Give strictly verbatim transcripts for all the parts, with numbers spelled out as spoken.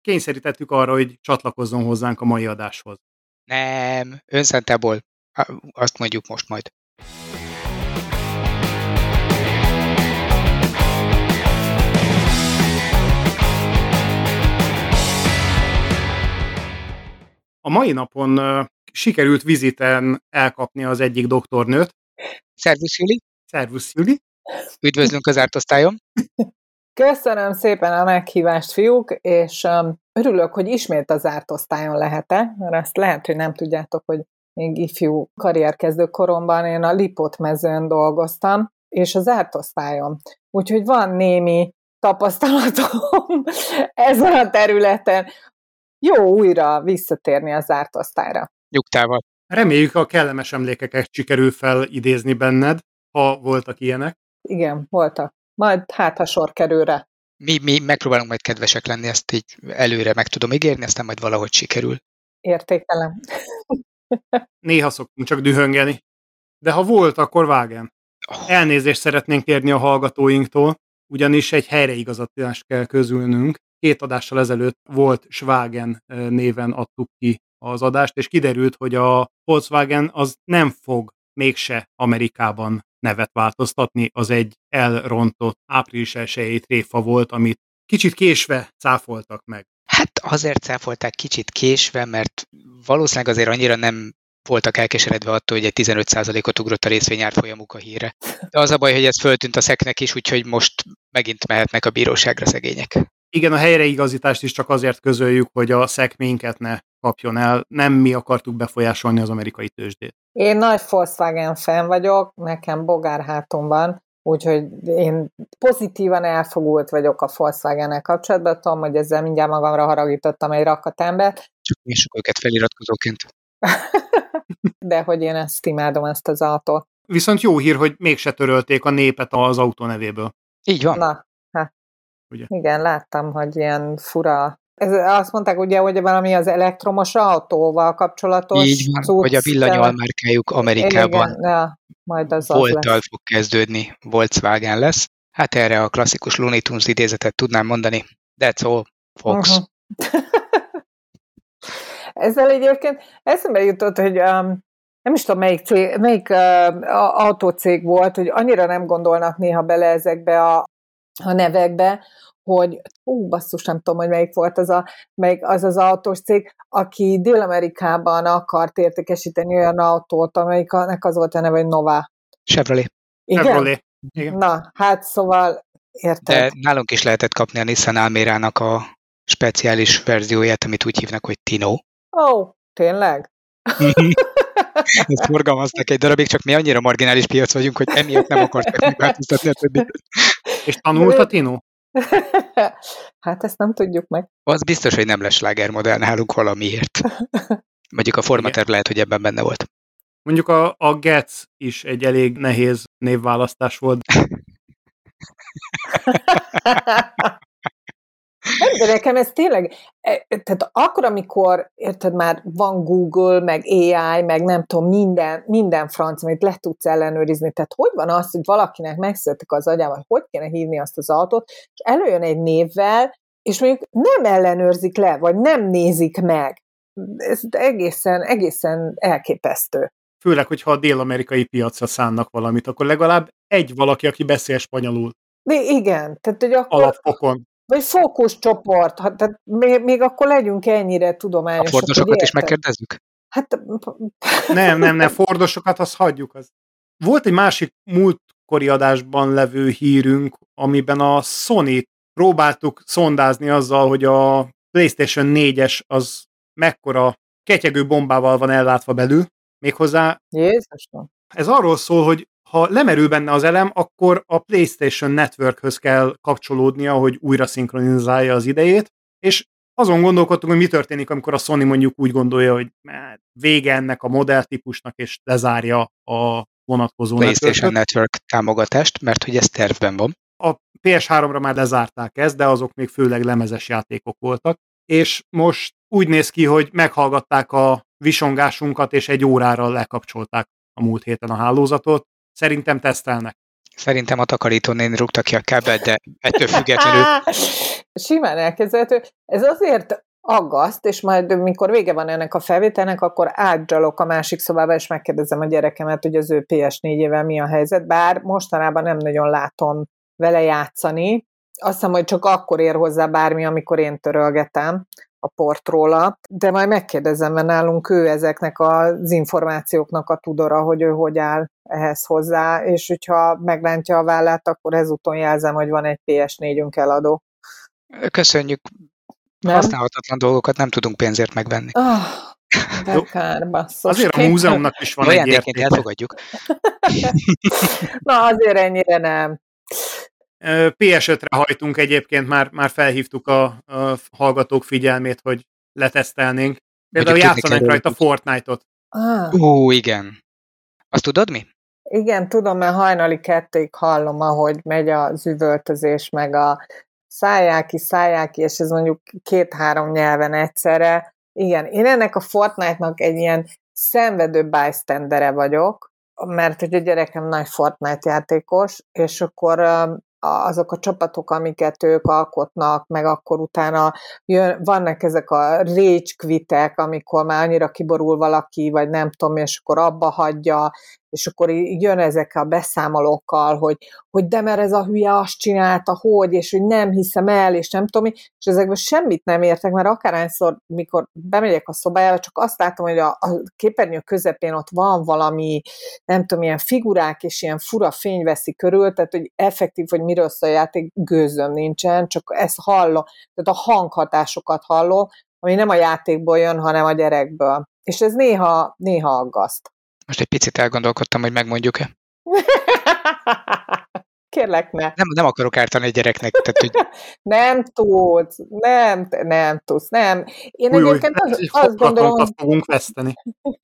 kényszerítettük arra, hogy csatlakozzon hozzánk a mai adáshoz. Nem, önszentából. Azt mondjuk most majd. A mai napon uh, sikerült viziten elkapni az egyik doktornőt. Szervusz, Juli! Szervusz, Juli! Üdvözlünk az zárt osztályon! Köszönöm szépen a meghívást, fiúk, és um, örülök, hogy ismét a zárt osztályon lehet-e, mert azt lehet, hogy nem tudjátok, hogy még ifjú karrierkezdő koromban én a Lipót mezőn dolgoztam, és a zárt osztályon. Úgyhogy van némi tapasztalatom ezen a területen. Jó újra visszatérni a zárt osztályra. Nyugtával. Reméljük, a kellemes emlékeket sikerül felidézni benned, ha voltak ilyenek. Igen, voltak. Majd hát, ha sor kerül rá. Mi, mi megpróbálunk majd kedvesek lenni, ezt így előre meg tudom ígérni, aztán majd valahogy sikerül. Értékelem. Néha szoktunk csak dühöngeni. De ha volt, akkor vágjen. Elnézést szeretnénk kérni a hallgatóinktól, ugyanis egy helyreigazítást kell közülnünk. Két adással ezelőtt volt Schwagen néven adtuk ki az adást, és kiderült, hogy a Volkswagen az nem fog mégse Amerikában nevet változtatni, az egy elrontott április elsejei tréfa volt, amit kicsit késve cáfoltak meg. Hát azért cáfolták kicsit késve, mert valószínűleg azért annyira nem voltak elkeseredve attól, hogy egy tizenöt százalékot ugrott a részvényárfolyamuk a híre. De az a baj, hogy ez föltűnt a szeknek is, úgyhogy most megint mehetnek a bíróságra szegények. Igen, a helyreigazítást is csak azért közöljük, hogy a szek minket ne kapjon el. Nem mi akartuk befolyásolni az amerikai tőzsdét. Én nagy Volkswagen fan vagyok, nekem bogárhátom van, úgyhogy én pozitívan elfogult vagyok a Volkswagen-nel kapcsolatban. Tudom, hogy ezzel mindjárt magamra haragítottam egy rakatembert. Csak nyissuk őket feliratkozóként. De hogy én ezt imádom, ezt az autót. Viszont jó hír, hogy mégse törölték a népet az autó nevéből. Így van. Na, hát. Ugye? Igen, láttam, hogy ilyen fura. Ez, azt mondták ugye, hogy valami az elektromos autóval kapcsolatos. Így van, cucc, hogy a villanyalmárkájuk Amerikában igen, ja, majd az Volttal az fog kezdődni, Volkswagen lesz. Hát erre a klasszikus Looney Tunes idézetet tudnám mondani. That's all, folks. Uh-huh. Ezzel egyébként eszembe jutott, hogy um, nem is tudom, melyik, cég, melyik uh, autócég volt, hogy annyira nem gondolnak néha bele ezekbe a, a nevekbe, hogy hú, basszus, nem tudom, hogy melyik volt az a, melyik az, az autós cég, aki Dél-Amerikában akart értékesíteni olyan autót, amelyiknek az volt a neve, hogy Nova. Chevrolet. Igen? Chevrolet. Igen. Na, hát szóval érted. De nálunk is lehetett kapni a Nissan Almérának a speciális verzióját, amit úgy hívnak, hogy Tino. Ó, oh, tényleg? Ezt forgalmazták egy darabig, csak mi annyira marginális piac vagyunk, hogy emiatt nem akarták megváltoztatni a többit. És tanult a Tino? Hát ezt nem tudjuk meg. Az biztos, hogy nem lesz slágermodell nálunk valamiért. Mondjuk a formaterv lehet, hogy ebben benne volt. Mondjuk a, a Getz is egy elég nehéz névválasztás volt. De nekem ez tényleg, tehát akkor, amikor, érted, már van Google, meg á i, meg nem tudom, minden, minden franc, amit le tudsz ellenőrizni, tehát hogy van az, hogy valakinek megszületik az agyában, hogy hogy kéne hívni azt az autót, és előjön egy névvel, és mondjuk nem ellenőrzik le, vagy nem nézik meg. Ez egészen, egészen elképesztő. Főleg, hogyha a dél-amerikai piacra szánnak valamit, akkor legalább egy valaki, aki beszél spanyolul. De igen, tehát hogy akkor... Alapfokon. Vagy fókuszcsoport, hát, tehát még, még akkor legyünk ennyire tudományosak. A fordosokat is megkérdezzük? Hát... Nem, nem, nem, fordosokat azt hagyjuk. Az. Volt egy másik múltkori adásban levő hírünk, amiben a Sony próbáltuk szondázni azzal, hogy a PlayStation négyes az mekkora ketyegő bombával van ellátva belül, méghozzá... Jézusom! Ez arról szól, hogy ha lemerül benne az elem, akkor a PlayStation Networkhöz kell kapcsolódnia, hogy újra szinkronizálja az idejét, és azon gondolkodtunk, hogy mi történik, amikor a Sony mondjuk úgy gondolja, hogy vége ennek a modelltípusnak, és lezárja a vonatkozó PlayStation Network támogatást, mert hogy ez tervben van. A pé es háromra már lezárták ezt, de azok még főleg lemezes játékok voltak, és most úgy néz ki, hogy meghallgatták a visongásunkat, és egy órára lekapcsolták a múlt héten a hálózatot. Szerintem tesztelnek. Szerintem a takarítónén rúgta ki a kábelt, de ettől függetlenül... Simán elképzelhető. Ez azért aggaszt, és majd mikor vége van ennek a felvételnek, akkor átgyalok a másik szobába, és megkérdezem a gyerekemet, hogy az ő pé es négyével mi a helyzet, bár mostanában nem nagyon látom vele játszani. Azt hiszem, hogy csak akkor ér hozzá bármi, amikor én törölgetem a port róla, de majd megkérdezem, mert nálunk ő ezeknek az információknak a tudora, hogy ő hogy áll ehhez hozzá, és hogyha megrántja a vállát, akkor ezúton jelzem, hogy van egy pé es négyünk eladó. Köszönjük. Nem? Használhatatlan dolgokat nem tudunk pénzért megvenni. Ah, de kár, basszus. Azért a múzeumnak is van egy értéke. Elfogadjuk. Na, azért ennyire nem. pé es ötre hajtunk egyébként, már, már felhívtuk a, a hallgatók figyelmét, hogy letesztelnénk. Például játszanánk rajta Fortnite-ot. Ah. Ú, igen. Azt tudod mi? Igen, tudom, mert hajnali kettőig hallom, ahogy megy az üvöltözés, meg a szájáki, szájáki, és ez mondjuk két-három nyelven egyszerre. Igen, én ennek a Fortnite-nak egy ilyen szenvedő bystandere vagyok, mert hogy a gyerekem nagy Fortnite játékos, és akkor azok a csapatok, amiket ők alkotnak, meg akkor utána jön, vannak ezek a rage quitek, amikor már annyira kiborul valaki, vagy nem tudom, és akkor abba hagyja, és akkor így jön ezek a beszámolókkal, hogy, hogy de mert ez a hülye azt csinálta, hogy, és hogy nem hiszem el, és nem tudom, és ezekből semmit nem értek, mert akárhányszor, mikor bemegyek a szobájába, csak azt látom, hogy a, a képernyő közepén ott van valami, nem tudom, ilyen figurák, és ilyen fura fény veszi körül, tehát hogy effektív, hogy miről szól a játék, gőzöm nincsen, csak ezt hallom, tehát a hanghatásokat hallom, ami nem a játékból jön, hanem a gyerekből. És ez néha, néha aggaszt. Most egy picit elgondolkodtam, hogy megmondjuk-e. Kérlek, ne. Nem, nem akarok ártani egy gyereknek. Tehát, hogy... nem tudsz, nem, nem tudsz, nem. Én új, egyébként új, az, azt gondolom, hogy fogunk veszteni.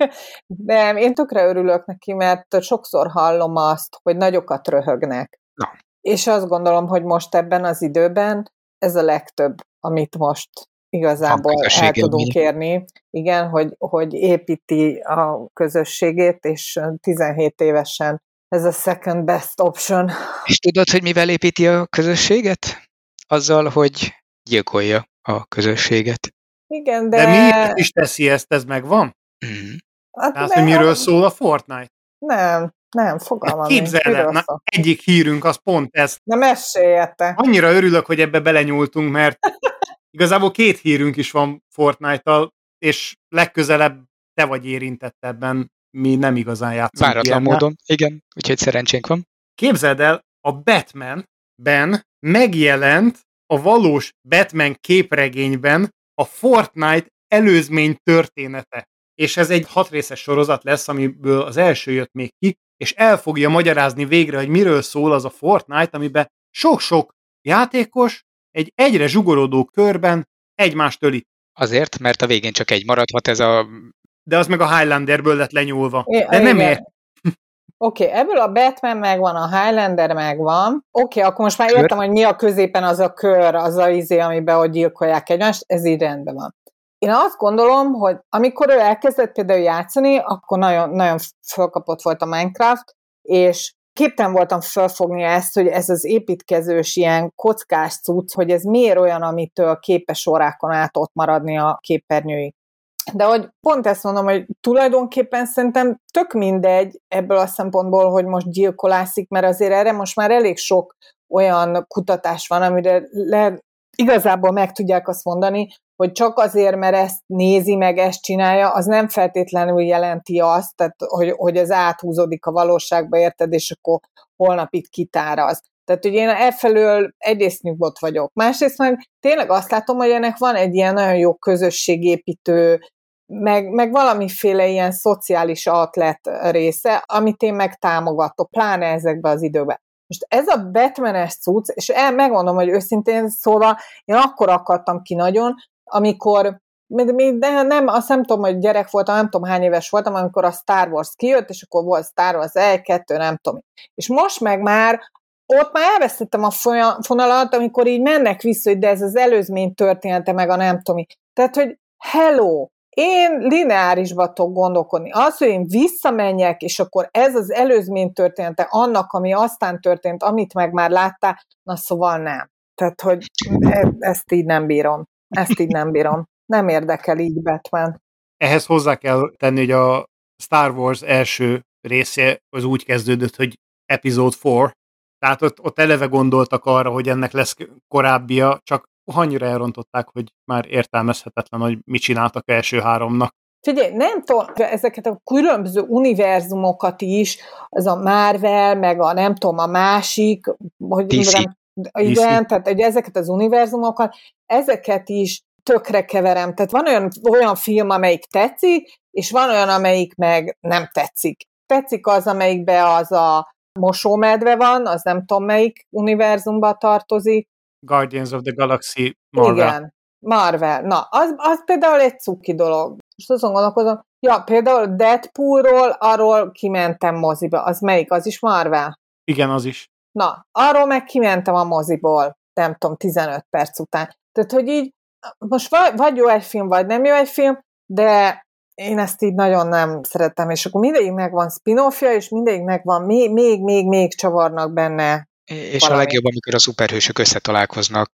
Nem, én tökre örülök neki, mert sokszor hallom azt, hogy nagyokat röhögnek. Na. És azt gondolom, hogy most ebben az időben ez a legtöbb, amit most igazából el tudunk érni. Igen, hogy, hogy építi a közösségét, és tizenhét évesen ez a second best option. És tudod, hogy mivel építi a közösséget? Azzal, hogy gyilkolja a közösséget. Igen, de... De miért is teszi ezt, ez megvan? Mm. Hát Tehát, hogy miről szól a Fortnite? Nem, nem, fogalmam. Képzeld el, na, egyik hírünk az pont ez. Na meséljetek. Annyira örülök, hogy ebbe belenyúltunk, mert igazából két hírünk is van Fortnite-tal, és legközelebb te vagy érintett ebben, mi nem igazán játszunk. Váratlan módon, igen, úgyhogy szerencsénk van. Képzeld el, a Batman-ben megjelent a valós Batman képregényben a Fortnite előzmény története. És ez egy hat részes sorozat lesz, amiből az első jött még ki, és el fogja magyarázni végre, hogy miről szól az a Fortnite, amiben sok-sok játékos egy egyre zsugorodó körben egymást öli. Azért, mert a végén csak egy maradhat ez a... De az meg a Highlanderből lett lenyúlva. É, De nem ér. Oké, okay, ebből a Batman megvan, a Highlander megvan. Oké, okay, akkor most már értem, hogy mi a középen az a kör, az a izé, amiben ott gyilkolják egymást, ez így rendben van. Én azt gondolom, hogy amikor ő elkezdett például játszani, akkor nagyon, nagyon fölkapott volt a Minecraft, és képtelen voltam fölfogni ezt, hogy ez az építkezős ilyen kockás cucc, hogy ez miért olyan, amitől képes órákon át ott maradni a képernyőig. De hogy pont ezt mondom, hogy tulajdonképpen szerintem tök mindegy ebből a szempontból, hogy most gyilkolászik, mert azért erre most már elég sok olyan kutatás van, amire le, igazából meg tudják azt mondani, hogy csak azért, mert ezt nézi, meg ezt csinálja, az nem feltétlenül jelenti azt, tehát, hogy, hogy ez áthúzódik a valóságba, érted, és akkor holnap itt kitáraz. Tehát, hogy én efelől egyrészt nyugodt vagyok. Másrészt meg tényleg azt látom, hogy ennek van egy ilyen nagyon jó közösségépítő, meg, meg valamiféle ilyen szociális outlet része, amit én meg támogatok, pláne ezekben az időben. Most ez a Batman-es cucc, és el, megmondom, hogy őszintén szóval én akkor akadtam ki nagyon, amikor, de nem, azt nem tudom, hogy gyerek voltam, nem tudom hány éves voltam, amikor a Star Wars kijött, és akkor volt Star Wars egy, kettő, nem tudom. És most meg már, ott már elvesztettem a fonalat, amikor így mennek vissza, hogy de ez az előzmény története, meg a nem tudom. Tehát, hogy hello, Én lineárisba tudok gondolkodni. Az, hogy én visszamenjek, és akkor ez az előzmény története annak, ami aztán történt, amit meg már láttál, na szóval nem. Tehát, hogy e- ezt így nem bírom. Ezt így nem bírom. Nem érdekel így Batman. Ehhez hozzá kell tenni, hogy a Star Wars első része az úgy kezdődött, hogy Episode négy, tehát ott, ott eleve gondoltak arra, hogy ennek lesz korábbia, csak annyira elrontották, hogy már értelmezhetetlen, hogy mit csináltak első háromnak. Figyelj, nem tudom, ezeket a különböző univerzumokat is, ez a Marvel, meg a nem tudom, a másik, hogy dé cé. nem, igen, tehát hogy ezeket az univerzumokat, ezeket is tökre keverem. Tehát van olyan, olyan film, amelyik tetszik, és van olyan, amelyik meg nem tetszik. Tetszik az, amelyikben az a mosómedve van, az nem tudom, melyik univerzumba tartozik. Guardians of the Galaxy Marvel. Igen, Marvel. Na, az, az például egy cuki dolog. Most azon gondolkozom, ja, például Deadpoolról, arról kimentem moziba. Az melyik? Az is Marvel? Igen, az is. Na, arról meg kimentem a moziból, nem tudom, tizenöt perc után. Tehát, hogy így, most vagy, vagy jó egy film, vagy nem jó egy film, de én ezt így nagyon nem szeretem, és akkor mindegyik megvan spin-offja, és mindegyik megvan, még, még, még, még csavarnak benne. És valami. a legjobb, amikor a szuperhősök összetalálkoznak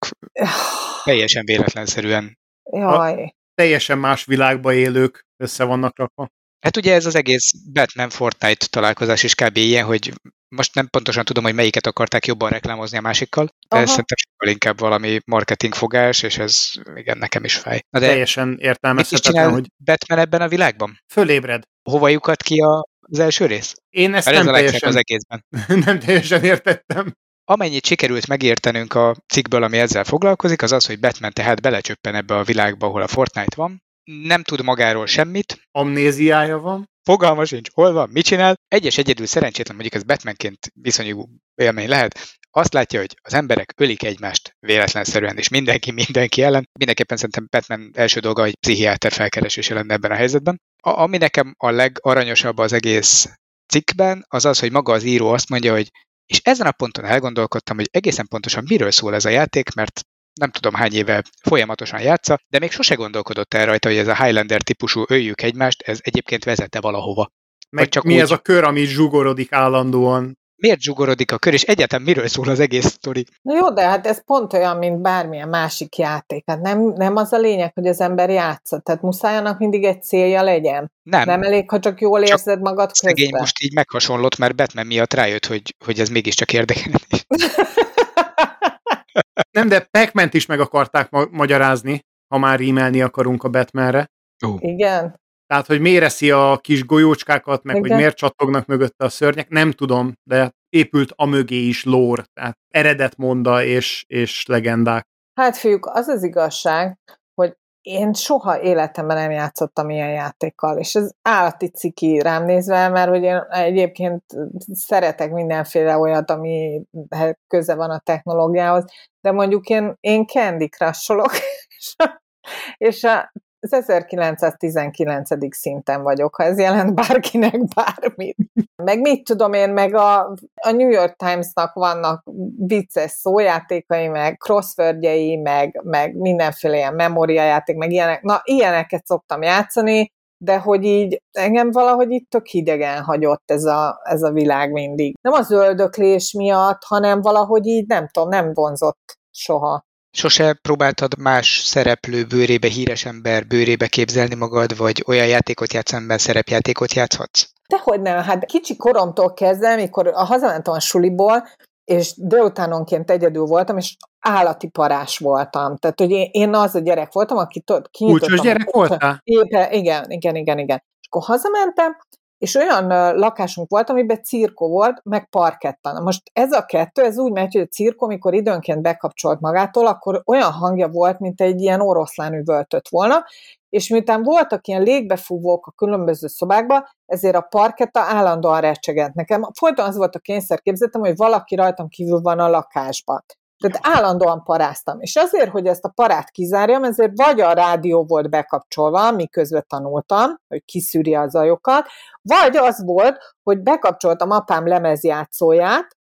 teljesen véletlenszerűen. Jaj. A teljesen más világba élők össze vannak rakva. Hát ugye ez az egész Batman Fortnite találkozás is kb. Ilyen, hogy most nem pontosan tudom, hogy melyiket akarták jobban reklámozni a másikkal, de Aha. szerintem sokkal inkább valami marketing fogás, és ez igen, nekem is fáj. Na de Teljesen mit is értelmezhetetlen, csinál hogy Batman ebben a világban? fölébred. Hova lyukat ki a, az első rész? Én ezt Mert ez nem a legszebb teljesen, az egészben. nem teljesen értettem. Amennyit sikerült megértenünk a cikkből, ami ezzel foglalkozik, az az, hogy Batman tehát belecsöppen ebbe a világba, ahol a Fortnite van, nem tud magáról semmit, Amnéziája van. fogalma sincs, hol van, mit csinál. Egyes egyedül szerencsétlen, mondjuk ez Batmanként viszonyú élmény lehet, azt látja, hogy az emberek ölik egymást véletlenszerűen, és mindenki mindenki ellen. Mindenképpen szerintem Batman első dolga, hogy pszichiáter felkeresése lenne ebben a helyzetben. A, ami nekem a legaranyosabb az egész cikkben, az az, hogy maga az író azt mondja, hogy és ezen a ponton elgondolkodtam, hogy egészen pontosan miről szól ez a játék, mert nem tudom hány éve folyamatosan játsza, de még sose gondolkodott el rajta, hogy ez a Highlander típusú öljük egymást, ez egyébként vezette valahova. Meg csak mi úgy- ez a kör, ami zsugorodik állandóan. Miért zsugorodik a kör, és egyáltalán miről szól az egész sztori? Na jó, de hát ez pont olyan, mint bármilyen másik játék. Hát nem, nem az a lényeg, hogy az ember játsza. Tehát muszáj annak mindig egy célja legyen. Nem, Nem elég, ha csak jól Csak érzed magad szegény közben. most így meghasonlott, mert Batman miatt rájött, hogy, hogy ez mégiscsak érdekel. Nem, de Pac-Ment is meg akarták ma- magyarázni, ha már rímelni akarunk a Batmanre. Igen. Tehát, hogy miért eszi a kis golyócskákat, meg Igen. hogy miért csattognak mögötte a szörnyek, nem tudom, de épült a mögé is lore, tehát eredetmonda és, és legendák. Hát fiúk, az az igazság, hogy én soha életemben nem játszottam ilyen játékkal, és ez állati ciki rám nézve, mert hogy én egyébként szeretek mindenféle olyat, ami köze van a technológiához, de mondjuk én, én Candy Crush-olok, és, a, és a, az ezerkilencszáztizenkilencedik szinten vagyok, ha ez jelent bárkinek bármit. Meg mit tudom én, meg a, a New York Times-nak vannak vicces szójátékai, meg crosswordjei, meg, meg mindenféle ilyen memóriajáték, meg ilyenek. Na, ilyeneket szoktam játszani, de hogy így engem valahogy itt tök hidegen hagyott ez a, ez a világ mindig. Nem az öldöklés miatt, hanem valahogy így nem tudom, nem vonzott soha. Sose próbáltad más szereplő bőrébe, híres ember bőrébe képzelni magad, vagy olyan játékot játszani, amiben szerepjátékot játszhatsz? Dehogy nem, hát kicsi koromtól kezdve, mikor hazamentem a suliból, és délutánonként egyedül voltam, és állati parás voltam. Tehát, hogy én, én az a gyerek voltam, aki tudod, kinyitottam. Kulcsos gyerek voltál? Éppen, igen, igen, igen, igen. És akkor hazamentem, és olyan uh, lakásunk volt, amiben cirkó volt, meg parketta. Na most ez a kettő, ez úgy megy, hogy a cirkó, amikor időnként bekapcsolt magától, akkor olyan hangja volt, mint egy ilyen oroszlán üvöltött volna, és miután voltak ilyen légbefúvók a különböző szobákban, ezért a parketta állandóan recsegett nekem. Folyton az volt a kényszerképzetem, hogy valaki rajtam kívül van a lakásban. Tehát állandóan paráztam. És azért, hogy ezt a parát kizárjam, ezért vagy a rádió volt bekapcsolva, miközben tanultam, hogy kiszűrje a zajokat, vagy az volt, hogy bekapcsoltam apám lemezjátszóját,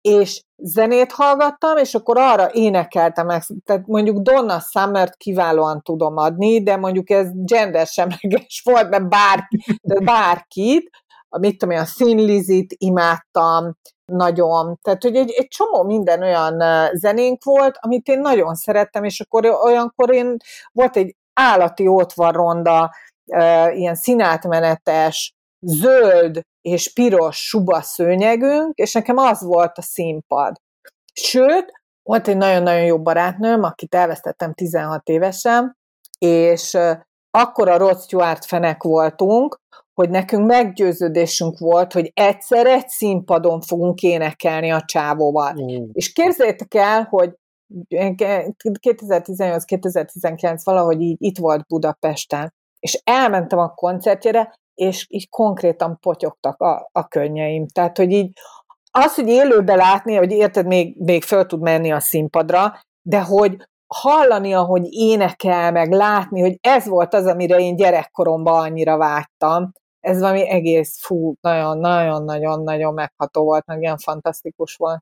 és zenét hallgattam, és akkor arra énekeltem meg, tehát mondjuk Donna Summer-t kiválóan tudom adni, de mondjuk ez gendersemleges volt, de, bárki, de bárkit, mit tudom én, a Thin Lizzy-t imádtam nagyon, tehát hogy egy, egy csomó minden olyan zenénk volt, amit én nagyon szerettem, és akkor olyankor én volt egy állati ótvarronda, ilyen színátmenetes, zöld és piros suba szőnyegünk, és nekem az volt a színpad. Sőt, volt egy nagyon-nagyon jó barátnőm, akit elvesztettem tizenhat évesen, és akkor a Rod Stewart fenek voltunk, hogy nekünk meggyőződésünk volt, hogy egyszer egy színpadon fogunk énekelni a csávóval. Mm. És képzeljétek el, hogy kétezer-tizennyolc kétezer-tizenkilenc valahogy így itt volt Budapesten, és elmentem a koncertjére, és így konkrétan potyogtak a, a könnyeim. Tehát, hogy így az, hogy élőben látni, hogy érted, még, még föl tud menni a színpadra, de hogy hallani, ahogy énekel, meg látni, hogy ez volt az, amire én gyerekkoromban annyira vágytam. Ez valami egész, fú, nagyon-nagyon-nagyon-nagyon megható volt, meg ilyen fantasztikus volt.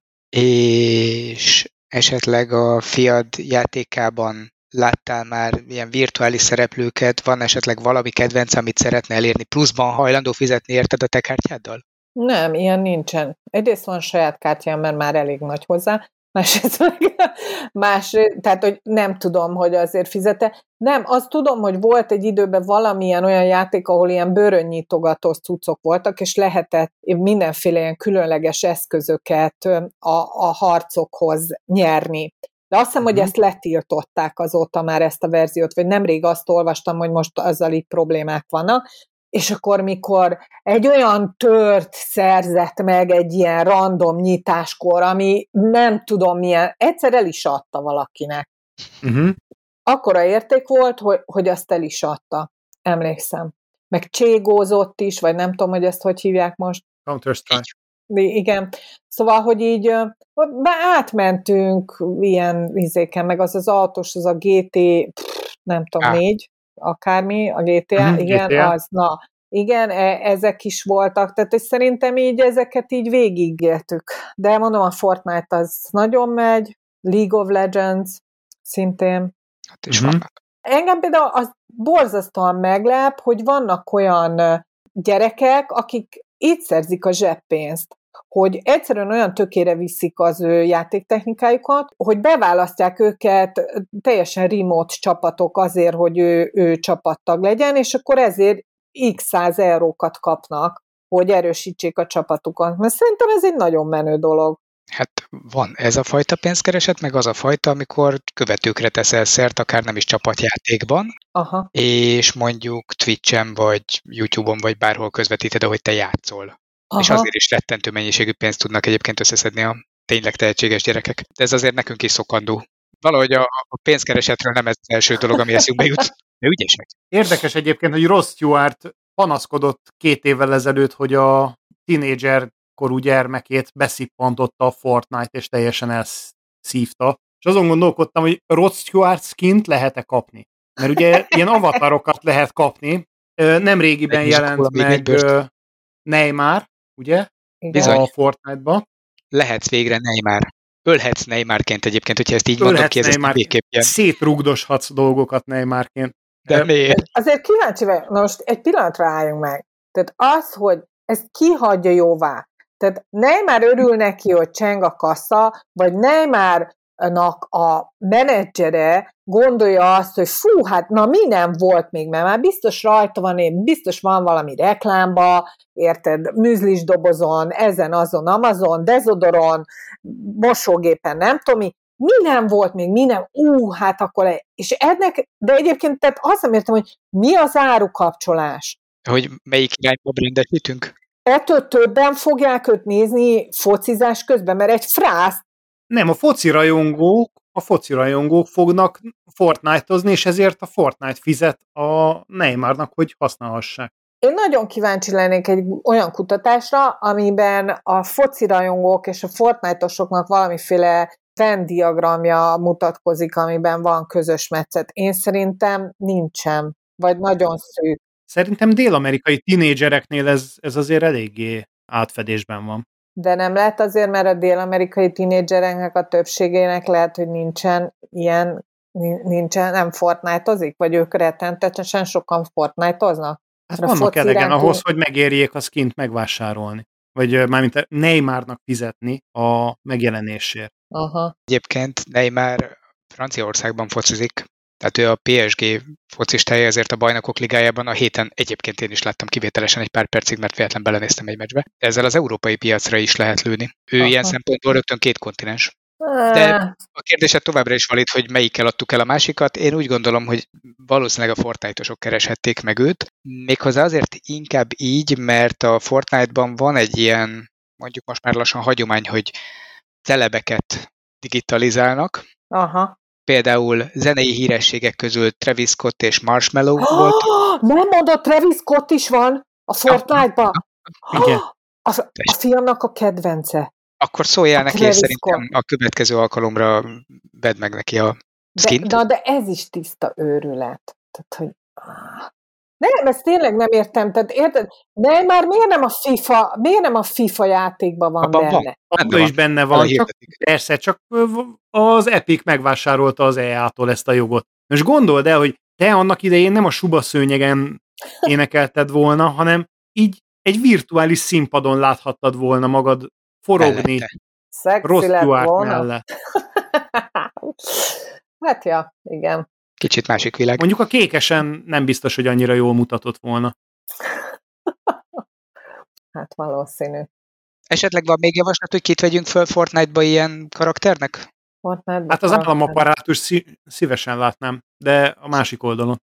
És esetleg a fiad játékában láttál már ilyen virtuális szereplőket, van esetleg valami kedvenc, amit szeretne elérni, pluszban hajlandó fizetni érted a te kártyáddal? Nem, ilyen nincsen. Egyrészt van saját kártyám, mert már elég nagy hozzá, másrészt meg más, tehát hogy nem tudom, hogy azért fizete. Nem, azt tudom, hogy volt egy időben valamilyen olyan játék, ahol ilyen bőrönnyitogatós cuccok voltak, és lehetett mindenféle ilyen különleges eszközöket a, a harcokhoz nyerni. De azt hiszem, hogy ezt letiltották azóta már ezt a verziót, vagy nemrég azt olvastam, hogy most azzal itt problémák vannak, és akkor mikor egy olyan tört szerzett meg egy ilyen random nyitáskor, ami nem tudom milyen, egyszer el is adta valakinek. Uh-huh. Akkora érték volt, hogy, hogy azt el is adta, emlékszem. Meg cségózott is, vagy nem tudom, hogy ezt hogy hívják most. Counter-Strike. Igen. Szóval, hogy így átmentünk ilyen izéken, meg az az autós, az a gé té, pff, nem tudom, ah. négy, akármi, a gé té á, uh-huh, igen, gé té á. Az, na, igen, e- ezek is voltak, tehát hogy szerintem így ezeket így végigéltük. De mondom, a Fortnite az nagyon megy, League of Legends szintén. Hát is uh-huh. vannak. Engem például az borzasztóan meglep, hogy vannak olyan gyerekek, akik így szerzik a zseppénzt, hogy egyszerűen olyan tökére viszik az ő játéktechnikájukat, hogy beválasztják őket teljesen remote csapatok azért, hogy ő, ő csapattag legyen, és akkor ezért x száz eurókat kapnak, hogy erősítsék a csapatukat. Mert szerintem ez egy nagyon menő dolog. Hát van ez a fajta pénzkereset, meg az a fajta, amikor követőkre teszel szert, akár nem is csapatjátékban, aha. és mondjuk Twitchen, vagy YouTube-on, vagy bárhol közvetíted, ahogy te játszol. Aha. És azért is rettentő mennyiségű pénzt tudnak egyébként összeszedni a tényleg tehetséges gyerekek. De ez azért nekünk is szokandó. Valahogy a, a pénzkeresetről nem ez az első dolog, ami eszünkbe jut. De ügyesek. Érdekes egyébként, hogy Rod Stewart panaszkodott két évvel ezelőtt, hogy a tínédzser korú gyermekét beszippantotta a Fortnite, és teljesen elszívta. És azon gondolkodtam, hogy Rod Stewart skint lehet-e kapni? Mert ugye ilyen avatarokat lehet kapni. Nemrégiben jelent meg Neymar, ugye? Bizony. A Fortnite-ba. Lehetsz végre Neymar. Ölhetsz Neymarként egyébként, hogyha ezt így mondom ki, ez ezt végképpen. Szétrugdoshatsz dolgokat Neymarként. De miért? Azért kíváncsi vagy, na most egy pillanatra álljunk meg. Tehát az, hogy ezt ki hagyja jóvá. Tehát Neymar örül neki, hogy cseng a kassa, vagy Neymarnak a menedzsere gondolja azt, hogy fú, hát na mi nem volt még, mert már biztos rajta van, biztos van valami reklámba, érted, műzlis dobozon, ezen, azon, Amazon, dezodoron, mosógépen, nem tudom mi, mi nem volt még, mi nem, ú, hát akkor, és ennek, de egyébként tehát azt nem értem, hogy mi az árukapcsolás. Hogy melyik irányba brandesítünk? Ettől többen fogják őt nézni focizás közben, mert egy frász. Nem, a foci rajongók, a foci rajongók fognak Fortnite-ozni, és ezért a Fortnite fizet a Neymarnak, hogy használhassák. Én nagyon kíváncsi lennék egy olyan kutatásra, amiben a foci rajongók és a Fortnite-osoknak valamiféle Venn diagramja mutatkozik, amiben van közös metszet. Én szerintem nincsen, vagy nagyon szűk. Szerintem dél-amerikai tinédzsereknél ez, ez azért eléggé átfedésben van. De nem lehet azért, mert a dél-amerikai tínédzsereknek a többségének lehet, hogy nincsen ilyen, nincsen, nem Fortnite-ozik? Vagy ők rettentetesen sokan Fortnite-oznak? Hát vannak elegen iránti... ahhoz, hogy megérjék a skint megvásárolni. Vagy mármint Neymarnak fizetni a megjelenésért. Aha. Egyébként Neymar Franciaországban focizik, tehát ő a pé es gé focistája, ezért a Bajnokok Ligájában a héten egyébként én is láttam kivételesen egy pár percig, mert véletlen belenéztem egy meccsbe. Ezzel az európai piacra is lehet lőni. Ő Aha. ilyen szempontból rögtön két kontinens. De a kérdés továbbra is valid, hogy melyikkel adtuk el a másikat. Én úgy gondolom, hogy valószínűleg a Fortnite-osok kereshették meg őt. Méghozzá azért inkább így, mert a Fortnite-ban van egy ilyen, mondjuk most már lassan hagyomány, hogy celebeket digitalizálnak. Aha. Például zenei hírességek közül Travis Scott és Marshmello oh, volt. Nem mondod, Travis Scott is van a Fortnite-ban? Ja. Igen. A, a fiamnak a kedvence. Akkor szóljál neki, és szerintem a következő alkalomra vedd meg neki a skint. De, na, de ez is tiszta őrület. Tehát, hogy... Nem, ezt tényleg nem értem. Tehát érted? De már miért nem a FIFA, miért nem a FIFA játékban van Abban benne? Van. Abban is benne van. Csak, persze, csak az Epic megvásárolta az é á-tól ezt a jogot. Most gondold el, hogy te annak idején nem a Suba szőnyegen énekelted volna, hanem így egy virtuális színpadon láthattad volna magad forogni. Rossz Stewart mellett. Hát ja, igen. Kicsit másik világ. Mondjuk a kékesen nem biztos, hogy annyira jól mutatott volna. Hát valószínű. Esetleg van még javaslat, hogy kit vegyünk föl Fortnite-ba ilyen karakternek? Fortnite-ba hát az államapparátus szí- szívesen látnám, de a másik oldalon.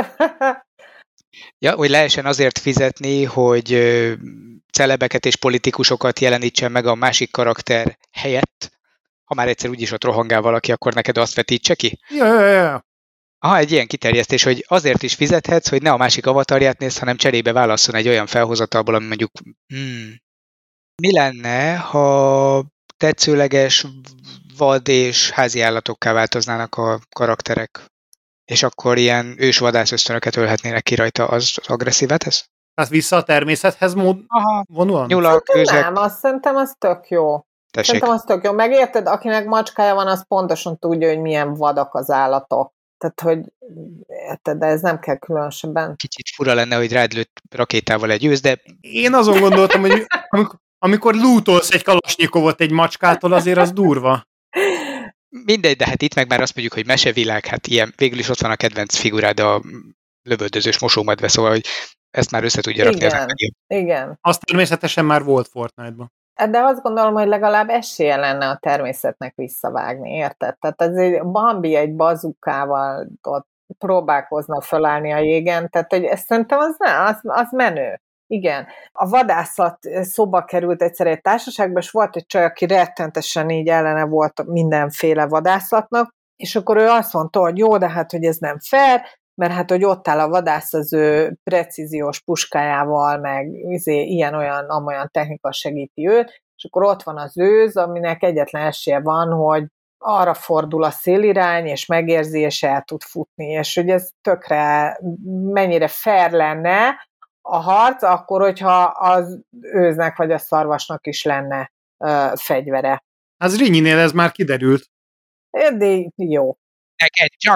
Ja, hogy lehessen azért fizetni, hogy ö, celebeket és politikusokat jelenítsen meg a másik karakter helyett. Ha már egyszer úgyis ott rohangál valaki, akkor neked azt vetítse ki? Ja, ja, ja. Aha, egy ilyen kiterjesztés, hogy azért is fizethetsz, hogy ne a másik avatarját nézd, hanem cserébe válasszon egy olyan felhozatalból, ami mondjuk hmm, mi lenne, ha tetszőleges vad és házi állatokká változnának a karakterek, és akkor ilyen ősvadász ösztönöket ölhetnének ki rajta, az agresszívet ez? Tehát vissza a természethez mód Aha, vonulni? Nyulak, őzek. Nem, azt szerintem az tök jó. Tessék. Szerintem az tök jó. Megérted, akinek macskája van, az pontosan tudja, hogy milyen vadak az állatok. Tehát, hogy érted, de ez nem kell különösebben. Kicsit fura lenne, hogy rád lőtt rakétával egy ősz, de... Én azon gondoltam, hogy amikor, amikor lootolsz egy kalasnyikovot egy macskától, azért az durva. Mindegy, de hát itt meg már azt mondjuk, hogy mesevilág, hát ilyen, végül is ott van a kedvenc figurád, a lövöldözős mosómedve, szóval, hogy ezt már össze tudja rakni. Igen, igen. Az természetesen már volt Fortnite-ban. De azt gondolom, hogy legalább esélye lenne a természetnek visszavágni, érted? Tehát ez egy Bambi egy bazukával ott próbálkozna felállni a jégen, tehát hogy ezt szerintem az, ne, az, az menő. Igen. A vadászat szóba került egyszer egy társaságban, és volt egy csaj, aki rettentesen így ellene volt mindenféle vadászatnak, és akkor ő azt mondta, hogy jó, de hát, hogy ez nem fair, mert hát, hogy ott áll a vadász az ő precíziós puskájával, meg izé, ilyen-olyan, amolyan technika segíti őt, és akkor ott van az őz, aminek egyetlen esélye van, hogy arra fordul a szélirány, és megérzi, és el tud futni, és hogy ez tökre mennyire fair lenne a harc, akkor, hogyha az őznek vagy a szarvasnak is lenne uh, fegyvere. Az Rinyinél ez már kiderült. De jó. Neked csak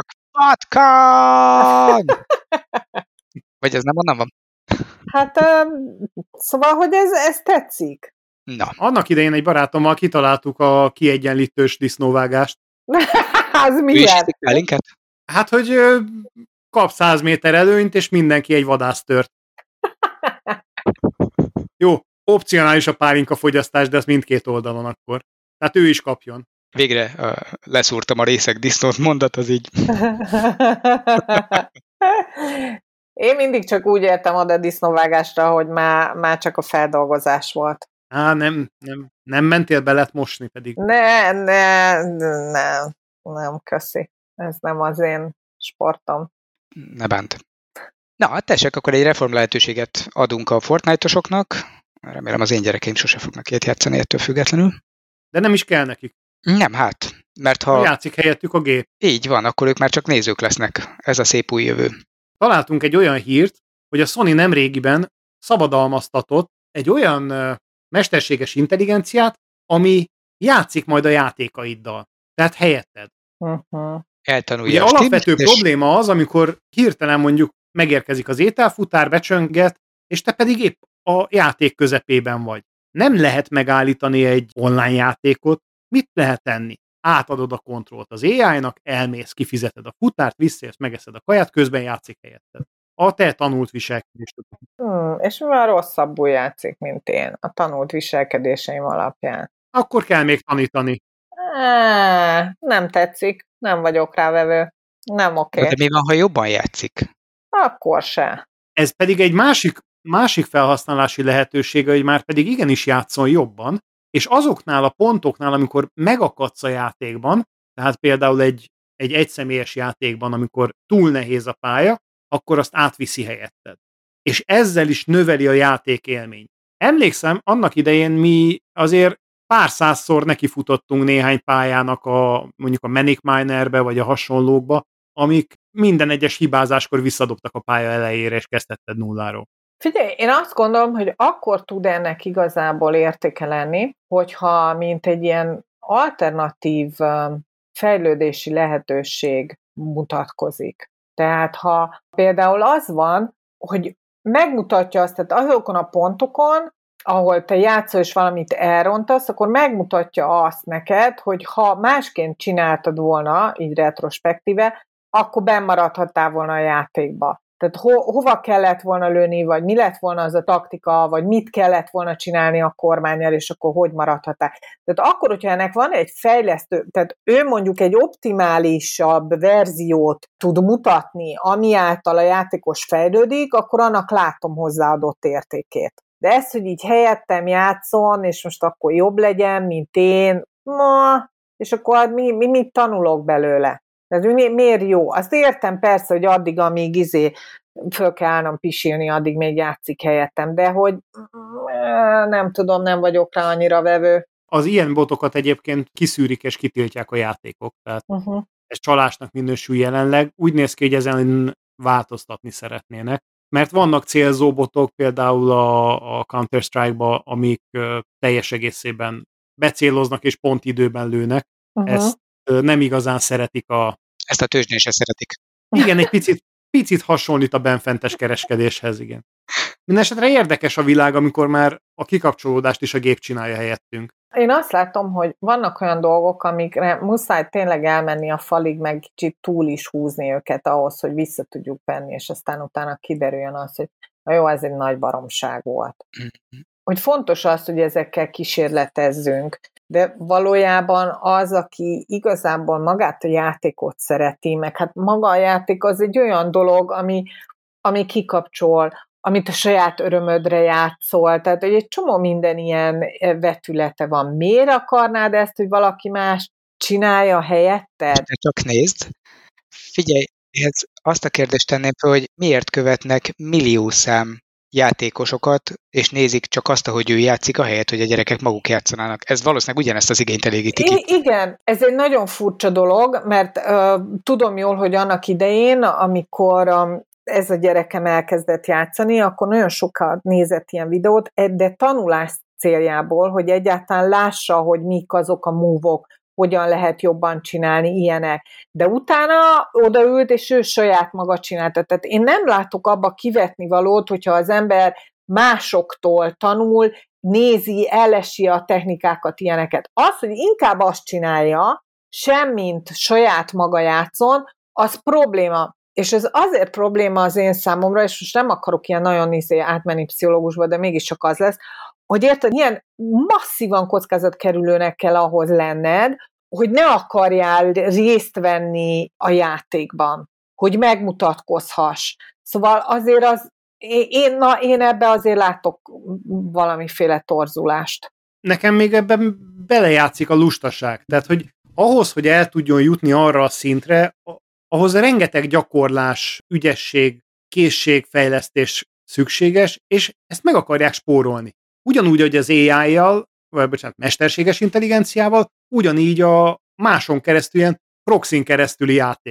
patkan! Vagy ez nem onnan van? Hát, um, szóval, hogy ez, ez tetszik. Na. Annak idején egy barátommal kitaláltuk a kiegyenlítős disznóvágást. Az milyen? Hát, hogy kap száz méter előnyt, és mindenki egy vadásztört. Jó, opcionális a pálinka fogyasztás, de ez mindkét oldalon akkor. Tehát ő is kapjon. Végre uh, leszúrtam a részeg disznót, mondat az így. Én mindig csak úgy értem oda disznóvágásra, hogy már, már csak a feldolgozás volt. Á, nem, nem, nem mentél belet mosni pedig. Ne, ne, ne, nem, köszi. Ez nem az én sportom. Ne bánt. Na, hát tessék, akkor egy reform lehetőséget adunk a Fortnite-osoknak. Remélem az én gyerekeim sose fognak ilyet játszani ettől függetlenül. De nem is kell nekik. Nem, hát. Mert ha... Játszik helyettük a gép. Így van, akkor ők már csak nézők lesznek. Ez a szép új jövő. Találtunk egy olyan hírt, hogy a Sony nemrégiben szabadalmaztatott egy olyan mesterséges intelligenciát, ami játszik majd a játékaiddal. Tehát helyetted. Uh-huh. Eltanulja Ugye a alapvető stílust, és probléma az, amikor hirtelen mondjuk megérkezik az ételfutár, becsönget, és te pedig épp a játék közepében vagy. Nem lehet megállítani egy online játékot, mit lehet tenni? Átadod a kontrollt az á í-nak, elmész, kifizeted a futárt, visszaérsz, megeszed a kaját, közben játszik helyetted. A te tanult viselkedést. Hmm, és mivel rosszabbul játszik, mint én, a tanult viselkedéseim alapján? Akkor kell még tanítani. Á, nem tetszik, nem vagyok rávevő. Nem oké. de mi van, ha jobban játszik? Akkor se. Ez pedig egy másik, másik felhasználási lehetősége, hogy már pedig igenis játszon jobban, és azoknál a pontoknál, amikor megakadsz a játékban, tehát például egy, egy egyszemélyes játékban, amikor túl nehéz a pálya, akkor azt átviszi helyetted. És ezzel is növeli a játék élményt. Emlékszem, annak idején mi azért pár százszor nekifutottunk néhány pályának a, mondjuk a Manic Minerbe, vagy a hasonlókba, amik minden egyes hibázáskor visszadobtak a pálya elejére, és kezdhetted nulláról. Figyelj, én azt gondolom, hogy akkor tud ennek igazából értéke lenni, hogyha mint egy ilyen alternatív fejlődési lehetőség mutatkozik. Tehát ha például az van, hogy megmutatja azt, tehát azokon a pontokon, ahol te játszol és valamit elrontasz, akkor megmutatja azt neked, hogy ha másként csináltad volna, így retrospektíve, akkor bennmaradhattál volna a játékba. Tehát ho- hova kellett volna lőni, vagy mi lett volna az a taktika, vagy mit kellett volna csinálni a kormánnyal, és akkor hogy maradhattál. Tehát akkor, hogyha ennek van egy fejlesztő, tehát ő mondjuk egy optimálisabb verziót tud mutatni, ami által a játékos fejlődik, akkor annak látom hozzáadott értékét. De ez, hogy így helyettem játszon, és most akkor jobb legyen, mint én, ma, és akkor mi, mi, mit tanulok belőle? Tehát mi, miért jó? Azt értem persze, hogy addig, amíg izé föl kell állnom pisilni, addig még játszik helyettem, de hogy nem tudom, nem vagyok rá annyira vevő. Az ilyen botokat egyébként kiszűrik és kitiltják a játékok, tehát uh-huh. ez csalásnak minősül jelenleg. Úgy néz ki, hogy ezen változtatni szeretnének, mert vannak célzó botok, például a, a Counter-Strike-ba, amik uh, teljes egészében becéloznak és pont időben lőnek. Uh-huh. Ezt uh, nem igazán szeretik a... Ezt a tőzsdén se szeretik. Igen, egy picit, picit hasonlít a benfentes kereskedéshez, igen. Mindenesetre érdekes a világ, amikor már a kikapcsolódást is a gép csinálja helyettünk. Én azt látom, hogy vannak olyan dolgok, amikre muszáj tényleg elmenni a falig, meg kicsit túl is húzni őket ahhoz, hogy vissza tudjuk venni, és aztán utána kiderüljön az, hogy na jó, ez egy nagy baromság volt. Mm-hmm. Hogy fontos az, hogy ezekkel kísérletezzünk, de valójában az, aki igazából magát a játékot szereti, meg hát maga a játék az egy olyan dolog, ami, ami kikapcsol, amit a saját örömödre játszol, tehát egy csomó minden ilyen vetülete van. Miért akarnád ezt, hogy valaki más csinálja helyetted? De csak nézd, figyelj, ehhez azt a kérdést tenném fel, hogy miért követnek milliószám játékosokat, és nézik csak azt, ahogy ő játszik, ahelyett, hogy a gyerekek maguk játszanának. Ez valószínűleg ugyanezt az igényt elégíti ki. I- igen, ez egy nagyon furcsa dolog, mert uh, tudom jól, hogy annak idején, amikor um, ez a gyerekem elkezdett játszani, akkor nagyon sokat nézett ilyen videót, de tanulás céljából, hogy egyáltalán lássa, hogy mik azok a move-ok, hogyan lehet jobban csinálni, ilyenek. De utána odaült, és ő saját maga csinálta. Tehát én nem látok abba kivetni valót, hogyha az ember másoktól tanul, nézi, ellesi a technikákat, ilyeneket. Az, hogy inkább azt csinálja, semmint saját maga játszon, az probléma. És ez azért probléma az én számomra, és most nem akarok ilyen nagyon izé átmenni pszichológusba, de mégiscsak az lesz, hogy érted, ilyen masszívan kockázatkerülőnek kell ahhoz lenned, hogy ne akarjál részt venni a játékban, hogy megmutatkozhass. Szóval azért az, én, na, én ebbe azért látok valamiféle torzulást. Nekem még ebben belejátszik a lustaság. Tehát, hogy ahhoz, hogy el tudjon jutni arra a szintre, ahhoz rengeteg gyakorlás, ügyesség, készségfejlesztés szükséges, és ezt meg akarják spórolni. Ugyanúgy, hogy az á í-jal, vagy bocsánat, mesterséges intelligenciával, ugyanígy a máson keresztül, ilyen proxyn keresztüli játék.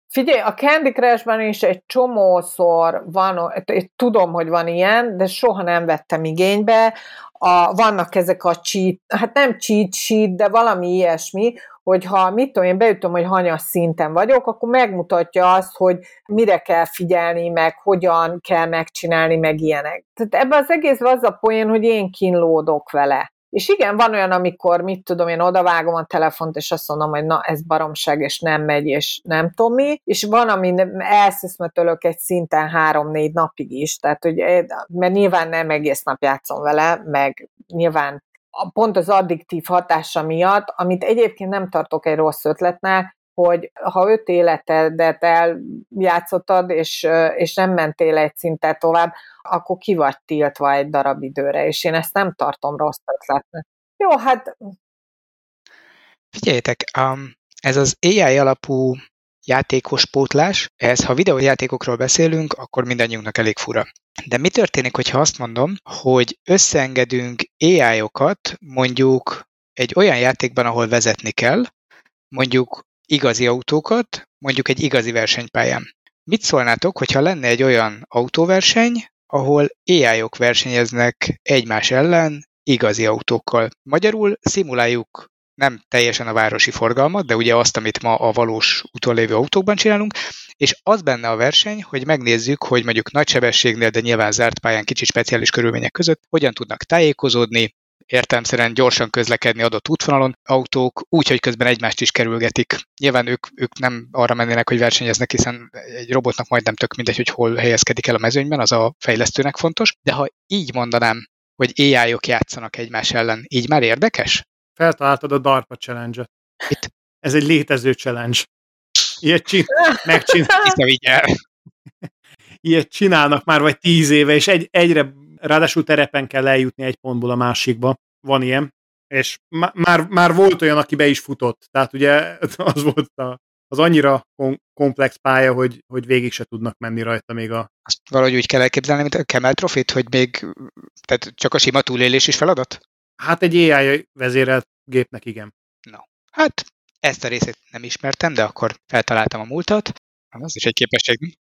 Figyelj, a Candy Crush-ban is egy csomószor van, tudom, hogy van ilyen, de soha nem vettem igénybe. A, vannak ezek a cheat, hát nem cheat sheet, de valami ilyesmi, hogyha mit tudom, én beütöm, hogy hanyas szinten vagyok, akkor megmutatja azt, hogy mire kell figyelni, meg hogyan kell megcsinálni, meg ilyenek. Tehát ebben az egészben az a poén, hogy én kínlódok vele. És igen, van olyan, amikor, mit tudom, én odavágom a telefont, és azt mondom, hogy na, ez baromság, és nem megy, és nem tudom mi, és van, ami elszeszmetölök egy szinten három-négy napig is, tehát, hogy, mert nyilván nem egész nap játszom vele, meg nyilván pont az addiktív hatása miatt, amit egyébként nem tartok egy rossz ötletnek, hogy ha öt életedet eljátszottad, és, és nem mentél egy szintet tovább, akkor ki vagy tiltva egy darab időre, és én ezt nem tartom rossz ötletnek. Jó, hát... Figyeljétek, um, ez az á i alapú játékos pótlás, ez, ha videójátékokról beszélünk, akkor mindannyiunknak elég fura. De mi történik, hogyha azt mondom, hogy összeengedünk á i-okat mondjuk egy olyan játékban, ahol vezetni kell, mondjuk igazi autókat, mondjuk egy igazi versenypályán. Mit szólnátok, hogyha lenne egy olyan autóverseny, ahol á i-ok versenyeznek egymás ellen igazi autókkal? Magyarul szimuláljuk nem teljesen a városi forgalmat, de ugye azt, amit ma a valós úton lévő autókban csinálunk, és az benne a verseny, hogy megnézzük, hogy mondjuk nagy sebességnél, de nyilván zárt pályán kicsit speciális körülmények között, hogyan tudnak tájékozódni, értelemszerűen gyorsan közlekedni adott útvonalon autók, úgy, hogy közben egymást is kerülgetik. Nyilván ők, ők nem arra mennének, hogy versenyeznek, hiszen egy robotnak majdnem tök mindegy, hogy hol helyezkedik el a mezőnyben, az a fejlesztőnek fontos. De ha így mondanám, hogy á i-ok játszanak egymás ellen, így már érdekes? Feltaláltad a DARPA challenge-et. Itt? Ez egy létező challenge. Ilyet csin- megcsinálnak. Ilyet csinálnak már vagy tíz éve, és egy, egyre, ráadásul terepen kell eljutni egy pontból a másikba. Van ilyen. És má- már, már volt olyan, aki be is futott. Tehát ugye az volt a, az annyira kom- komplex pálya, hogy, hogy végig se tudnak menni rajta még a... Azt valahogy úgy kell elképzelni, mint a Camel Trophy-t, hogy még tehát csak a sima túlélés is feladat? Hát egy á i vezérelt gépnek igen. No. Hát ezt a részét nem ismertem, de akkor feltaláltam a múltat. Az is egy képesség.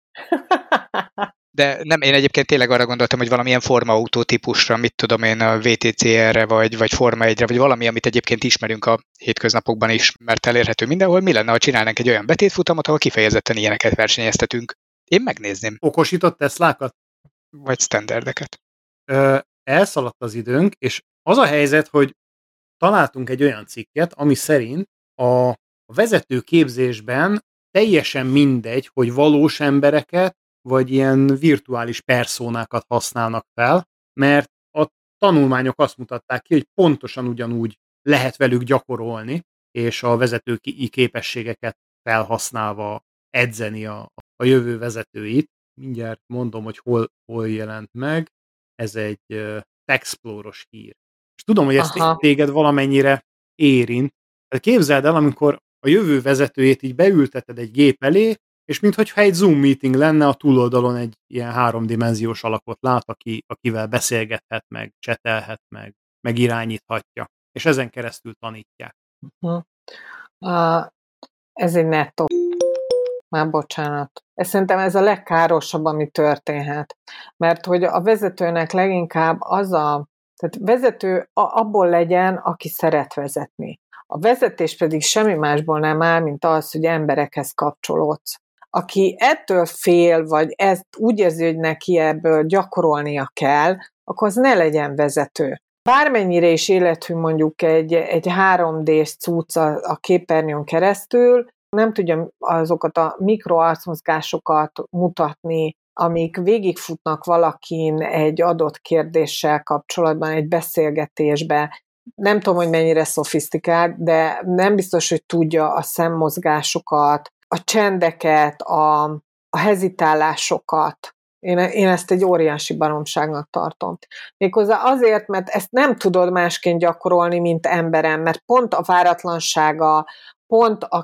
De nem, én egyébként tényleg arra gondoltam, hogy valamilyen formautó típusra, mit tudom én, a vé té cé er-re, vagy, vagy Forma egyre, vagy valami, amit egyébként ismerünk a hétköznapokban is, mert elérhető mindenhol. Mi lenne, ha csinálnánk egy olyan betétfutamot, ahol kifejezetten ilyeneket versenyeztetünk? Én megnézném. Okosított Teslákat? Vagy standardeket. Ö, elszaladt az időnk, és az a helyzet, hogy találtunk egy olyan cikket, ami szerint a vezető képzésben teljesen mindegy, hogy valós embereket, vagy ilyen virtuális perszónákat használnak fel, mert a tanulmányok azt mutatták ki, hogy pontosan ugyanúgy lehet velük gyakorolni, és a vezetői képességeket felhasználva edzeni a, a jövő vezetőit. Mindjárt mondom, hogy hol, hol jelent meg. Ez egy uh, Texploros hír. És tudom, hogy ezt Aha. téged valamennyire érint. Képzeld el, amikor a jövő vezetőjét így beülteted egy gép elé, és minthogyha egy Zoom meeting lenne, a túloldalon egy ilyen háromdimenziós alakot lát, aki, akivel beszélgethet, meg csetelhet, meg, meg irányíthatja. És ezen keresztül tanítják. Uh-huh. Uh, ez egy nettó. Már bocsánat. Ez szerintem ez a legkárosabb, ami történhet. Mert hogy a vezetőnek leginkább az a, tehát vezető abból legyen, aki szeret vezetni. A vezetés pedig semmi másból nem áll, mint az, hogy emberekhez kapcsolódsz. Aki ettől fél, vagy ezt úgy érzi, hogy neki ebből gyakorolnia kell, akkor az ne legyen vezető. Bármennyire is élethű mondjuk egy, egy három dés cucc a, a képernyőn keresztül, nem tudja azokat a mikroarcmozgásokat mutatni, amik végigfutnak valakin egy adott kérdéssel kapcsolatban, egy beszélgetésbe. Nem tudom, hogy mennyire szofisztikált, de nem biztos, hogy tudja a szemmozgásokat, a csendeket, a, a hezitálásokat. Én, én ezt egy óriási baromságnak tartom. Méghozzá azért, mert ezt nem tudod másként gyakorolni, mint emberen, mert pont a váratlansága, pont a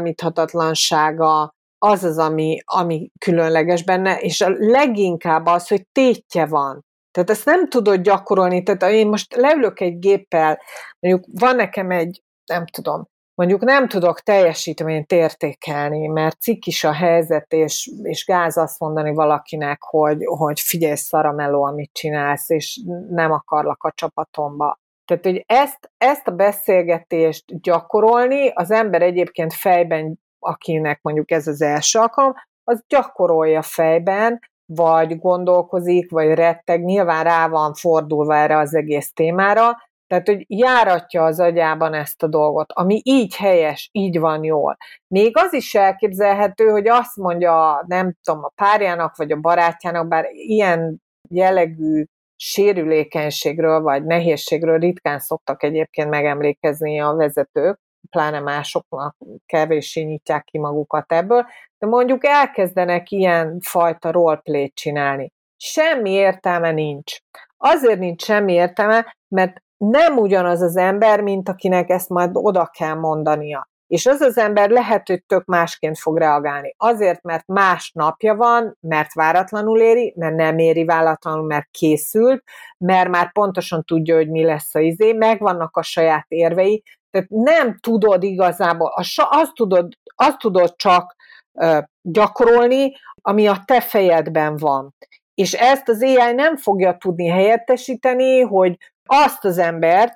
kiszámíthatatlansága az az, ami, ami különleges benne, és a leginkább az, hogy tétje van. Tehát ezt nem tudod gyakorolni. Tehát én most leülök egy géppel, mondjuk van nekem egy, nem tudom, mondjuk nem tudok teljesítményt értékelni, mert cikkis a helyzet, és, és gáz azt mondani valakinek, hogy, hogy figyelj, szarameló, amit csinálsz, és nem akarlak a csapatomba. Tehát, hogy ezt, ezt a beszélgetést gyakorolni, az ember egyébként fejben, akinek mondjuk ez az első alkalom, az gyakorolja fejben, vagy gondolkozik, vagy retteg, nyilván rá van fordulva erre az egész témára, tehát, hogy járatja az agyában ezt a dolgot, ami így helyes, így van jól. Még az is elképzelhető, hogy azt mondja, nem tudom, a párjának, vagy a barátjának, bár ilyen jellegű sérülékenységről, vagy nehézségről ritkán szoktak egyébként megemlékezni a vezetők, pláne másoknak kevéssé nyitják ki magukat ebből, de mondjuk elkezdenek ilyen fajta roleplayt csinálni. Semmi értelme nincs. Azért nincs semmi értelme, mert nem ugyanaz az ember, mint akinek ezt majd oda kell mondania. És az az ember lehet, hogy tök másként fog reagálni. Azért, mert más napja van, mert váratlanul éri, mert nem éri váratlanul, mert készült, mert már pontosan tudja, hogy mi lesz a izé, megvannak a saját érvei, tehát nem tudod igazából, azt tudod, azt tudod csak uh, gyakorolni, ami a te fejedben van. És ezt az á i nem fogja tudni helyettesíteni, hogy azt az embert,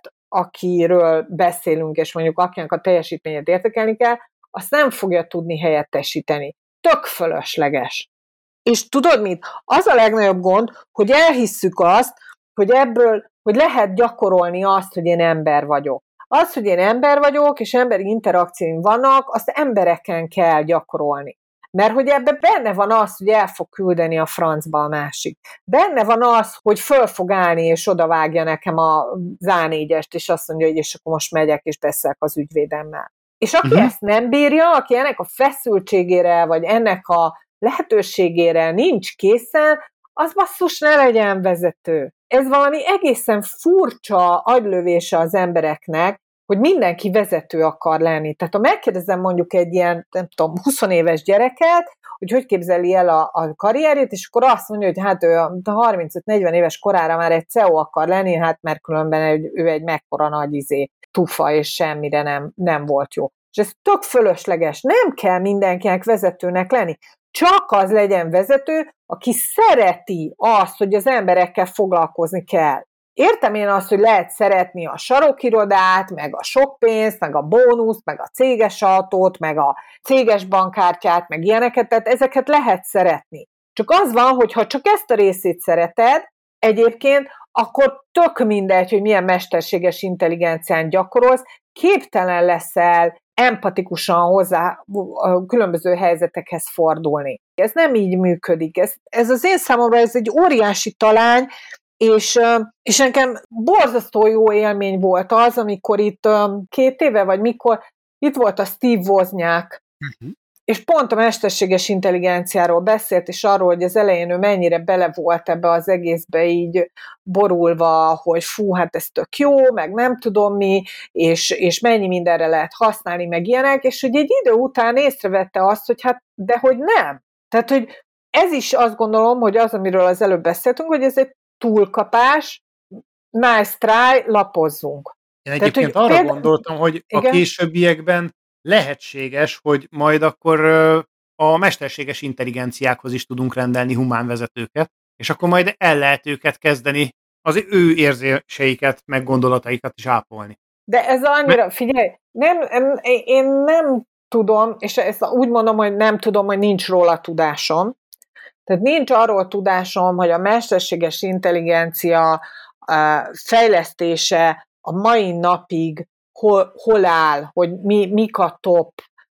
akiről beszélünk, és mondjuk akinek a teljesítményét értékelni kell, azt nem fogja tudni helyettesíteni. Tök fölösleges. És tudod mit? Az a legnagyobb gond, hogy elhisszük azt, hogy ebből, hogy lehet gyakorolni azt, hogy én ember vagyok. Az, hogy én ember vagyok, és emberi interakcióim vannak, azt embereken kell gyakorolni. Mert hogy ebben benne van az, hogy el fog küldeni a francba a másik. Benne van az, hogy föl fog állni, és odavágja nekem a á négyest, és azt mondja, hogy és akkor most megyek, és beszélek az ügyvédemmel. És aki uh-huh. ezt nem bírja, aki ennek a feszültségére, vagy ennek a lehetőségére nincs készen, az basszus ne legyen vezető. Ez valami egészen furcsa agylövése az embereknek, hogy mindenki vezető akar lenni. Tehát ha megkérdezem mondjuk egy ilyen, nem tudom, húsz éves gyereket, hogy hogy képzeli el a, a karrierjét, és akkor azt mondja, hogy hát ő a harmincöt-negyven éves korára már egy cé e o akar lenni, hát mert különben ő egy mekkora nagy izé, tufa, és semmire nem, nem volt jó. És ez tök fölösleges. Nem kell mindenkinek vezetőnek lenni. Csak az legyen vezető, aki szereti azt, hogy az emberekkel foglalkozni kell. Értem én azt, hogy lehet szeretni a sarokirodát, meg a sok pénzt, meg a bónuszt, meg a céges autót, meg a céges bankkártyát, meg ilyeneket, tehát ezeket lehet szeretni. Csak az van, hogy ha csak ezt a részét szereted, egyébként, akkor tök mindegy, hogy milyen mesterséges intelligencián gyakorolsz, képtelen leszel empatikusan hozzá a különböző helyzetekhez fordulni. Ez nem így működik. Ez, ez az én számomra ez egy óriási talány, És, és nekem borzasztó jó élmény volt az, amikor itt két éve, vagy mikor, itt volt a Steve Wozniak, uh-huh. és pont a mesterséges intelligenciáról beszélt, és arról, hogy az elején ő mennyire bele volt ebbe az egészbe így borulva, hogy fú, hát ez tök jó, meg nem tudom mi, és, és mennyi mindenre lehet használni, meg ilyenek, és hogy egy idő után észrevette azt, hogy hát, de hogy nem. Tehát, hogy ez is azt gondolom, hogy az, amiről az előbb beszéltünk, hogy ez egy túlkapás, nice try, lapozzunk. Én egyébként Tehát, arra például... gondoltam, hogy igen? a későbbiekben lehetséges, hogy majd akkor a mesterséges intelligenciákhoz is tudunk rendelni humán vezetőket, és akkor majd el lehet őket kezdeni, az ő érzéseiket, meg gondolataikat is ápolni. De ez annyira, figyelj, nem, én nem tudom, és ezt úgy mondom, hogy nem tudom, hogy nincs róla tudásom. Tehát nincs arról tudásom, hogy a mesterséges intelligencia fejlesztése a mai napig hol, hol áll, hogy mi, mik a top